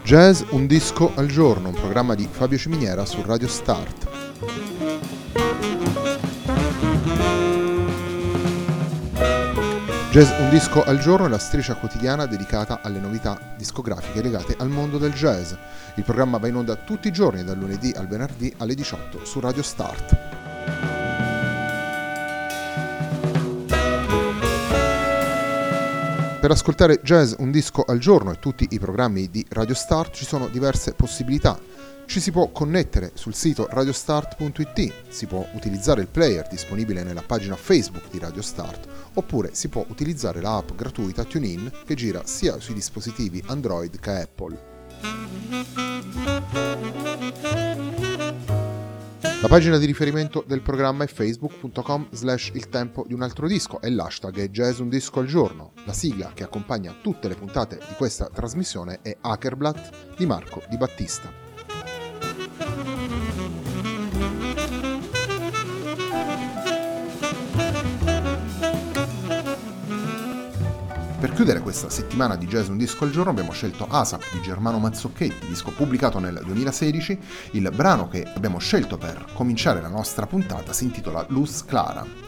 Jazz un disco al giorno, un programma di Fabio Ciminiera su Radio Start. Jazz un disco al giorno è la striscia quotidiana dedicata alle novità discografiche legate al mondo del jazz. Il programma va in onda tutti i giorni, dal lunedì al venerdì alle 18 su Radio Start. Per ascoltare Jazz un disco al giorno e tutti i programmi di Radio Start ci sono diverse possibilità. Ci si può connettere sul sito radiostart.it, si può utilizzare il player disponibile nella pagina Facebook di Radio Start, oppure si può utilizzare la app gratuita TuneIn che gira sia sui dispositivi Android che Apple. La pagina di riferimento del programma è facebook.com/il tempo di un altro disco e l'hashtag è Jazz un disco al giorno. La sigla che accompagna tutte le puntate di questa trasmissione è Hackerblatt di Marco Di Battista. Per chiudere questa settimana di Jazz un disco al giorno abbiamo scelto ASAP di Germano Mazzocchetti, disco pubblicato nel 2016. Il brano che abbiamo scelto per cominciare la nostra puntata si intitola Luz Clara.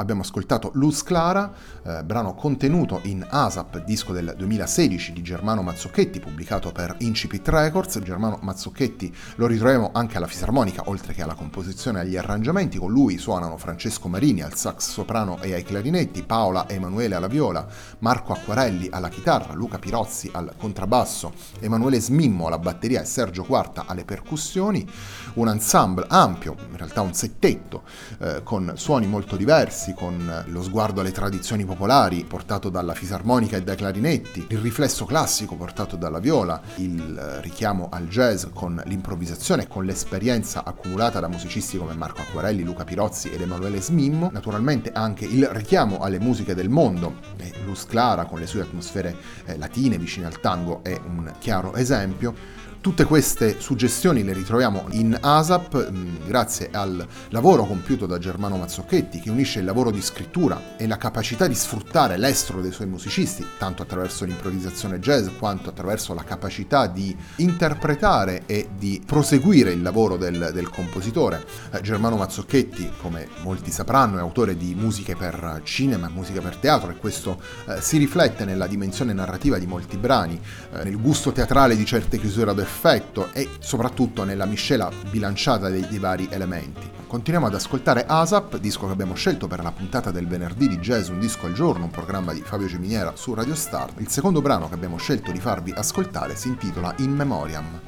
abbiamo ascoltato Luz Clara, brano contenuto in ASAP, disco del 2016 di Germano Mazzucchetti, pubblicato per Incipit Records. Germano Mazzucchetti lo ritroviamo anche alla fisarmonica, oltre che alla composizione e agli arrangiamenti. Con lui suonano Francesco Marini al sax soprano e ai clarinetti, Paola Emanuele alla viola, Marco Acquarelli alla chitarra, Luca Pirozzi al contrabbasso, Emanuele Smimmo alla batteria e Sergio Quarta alle percussioni. Un ensemble ampio, in realtà un settetto, con suoni molto diversi, con lo sguardo alle tradizioni popolari portato dalla fisarmonica e dai clarinetti, il riflesso classico portato dalla viola, il richiamo al jazz con l'improvvisazione e con l'esperienza accumulata da musicisti come Marco Acquarelli, Luca Pirozzi ed Emanuele Smimmo, naturalmente anche il richiamo alle musiche del mondo, e Luz Clara con le sue atmosfere latine vicine al tango è un chiaro esempio. Tutte queste suggestioni le ritroviamo in ASAP grazie al lavoro compiuto da Germano Mazzucchetti, che unisce il lavoro di scrittura e la capacità di sfruttare l'estro dei suoi musicisti, tanto attraverso l'improvvisazione jazz quanto attraverso la capacità di interpretare e di proseguire il lavoro del compositore. Germano Mazzucchetti, come molti sapranno, è autore di musiche per cinema, musiche per teatro, e questo si riflette nella dimensione narrativa di molti brani, nel gusto teatrale di certe chiusure ad effetto e soprattutto nella miscela bilanciata dei vari elementi. Continuiamo ad ascoltare ASAP, disco che abbiamo scelto per la puntata del venerdì di Jazz Un Disco al Giorno, un programma di Fabio Ciminiera su Radio Start. Il secondo brano che abbiamo scelto di farvi ascoltare si intitola In Memoriam.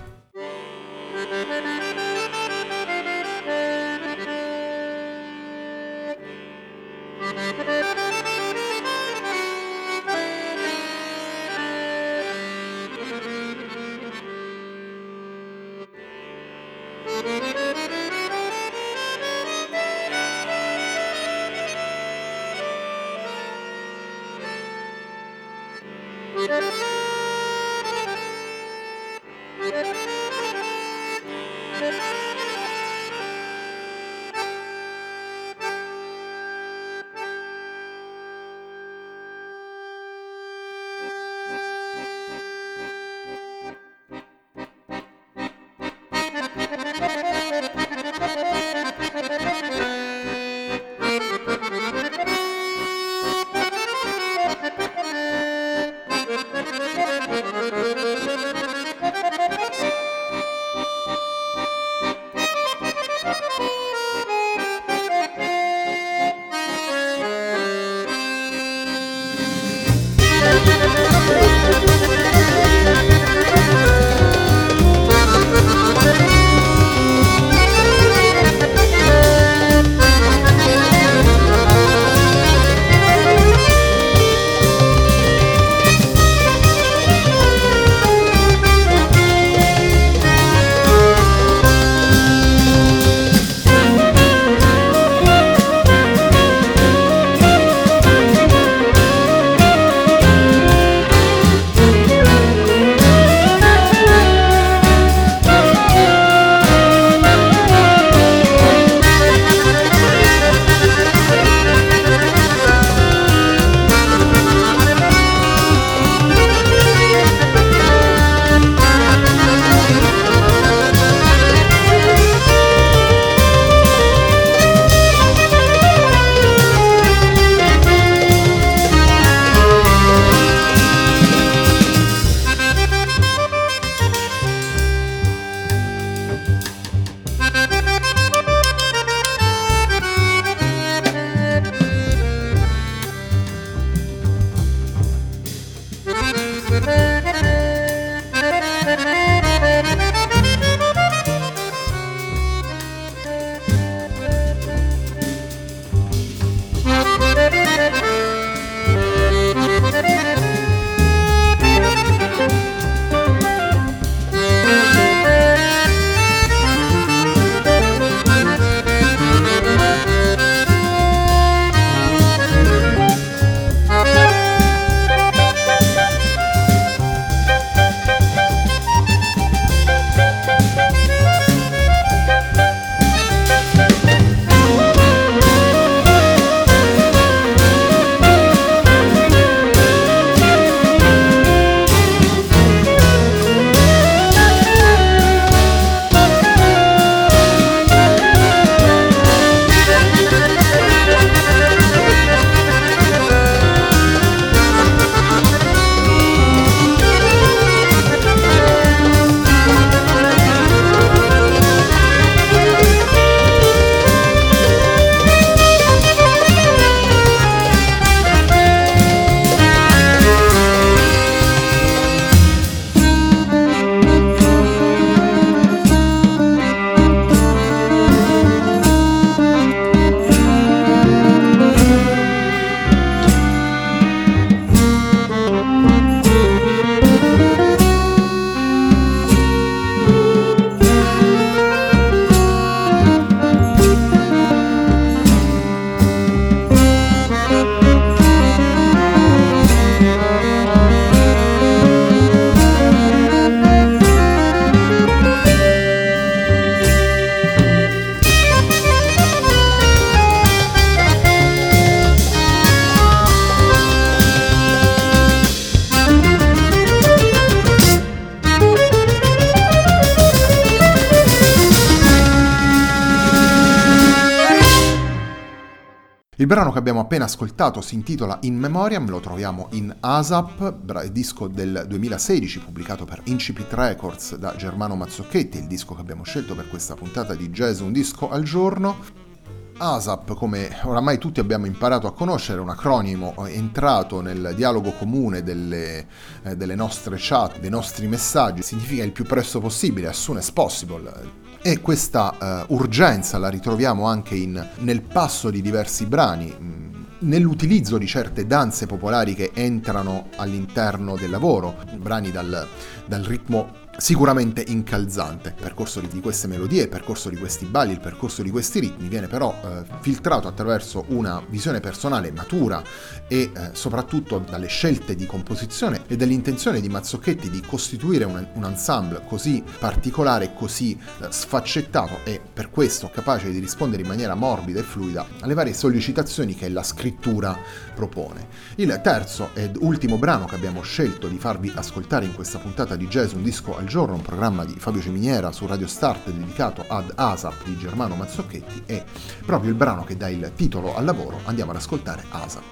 Il brano che abbiamo appena ascoltato si intitola In Memoriam, lo troviamo in ASAP, disco del 2016 pubblicato per Incipit Records da Germano Mazzocchetti, il disco che abbiamo scelto per questa puntata di Jazz Un Disco al Giorno. ASAP, come oramai tutti abbiamo imparato a conoscere, è un acronimo entrato nel dialogo comune delle nostre chat, dei nostri messaggi, significa il più presto possibile, as soon as possible. E questa urgenza la ritroviamo anche nel passo di diversi brani, nell'utilizzo di certe danze popolari che entrano all'interno del lavoro, brani dal ritmo sicuramente incalzante. Il percorso di queste melodie, il percorso di questi balli, il percorso di questi ritmi viene però filtrato attraverso una visione personale matura e soprattutto dalle scelte di composizione e dall'intenzione di Mazzocchetti di costituire un ensemble così particolare, così sfaccettato e per questo capace di rispondere in maniera morbida e fluida alle varie sollecitazioni che la scrittura propone. Il terzo ed ultimo brano che abbiamo scelto di farvi ascoltare in questa puntata di Jazz Un Disco al Giorno, un programma di Fabio Ciminiera su Radio Start dedicato ad ASAP di Germano Mazzocchetti, è proprio il brano che dà il titolo al lavoro. Andiamo ad ascoltare ASAP.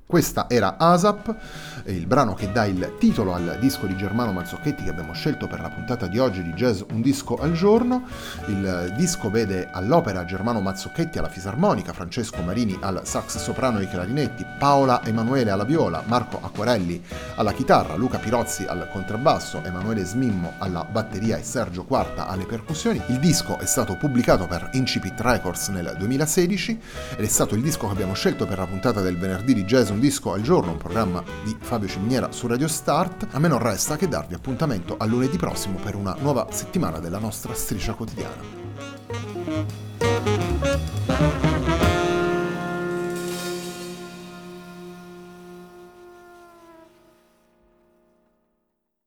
Questa era ASAP, il brano che dà il titolo al disco di Germano Mazzocchetti che abbiamo scelto per la puntata di oggi di Jazz Un Disco al Giorno. Il disco vede all'opera Germano Mazzocchetti alla fisarmonica, Francesco Marini al sax soprano e ai clarinetti, Paola Emanuele alla viola, Marco Acquarelli alla chitarra, Luca Pirozzi al contrabbasso, Emanuele Smimmo alla batteria e Sergio Quarta alle percussioni. Il disco è stato pubblicato per Incipit Records nel 2016 ed è stato il disco che abbiamo scelto per la puntata del venerdì di Jazz Un Disco al Giorno, un programma di Fabio Ciminiera su Radio Start. A me non resta che darvi appuntamento a lunedì prossimo per una nuova settimana della nostra striscia quotidiana.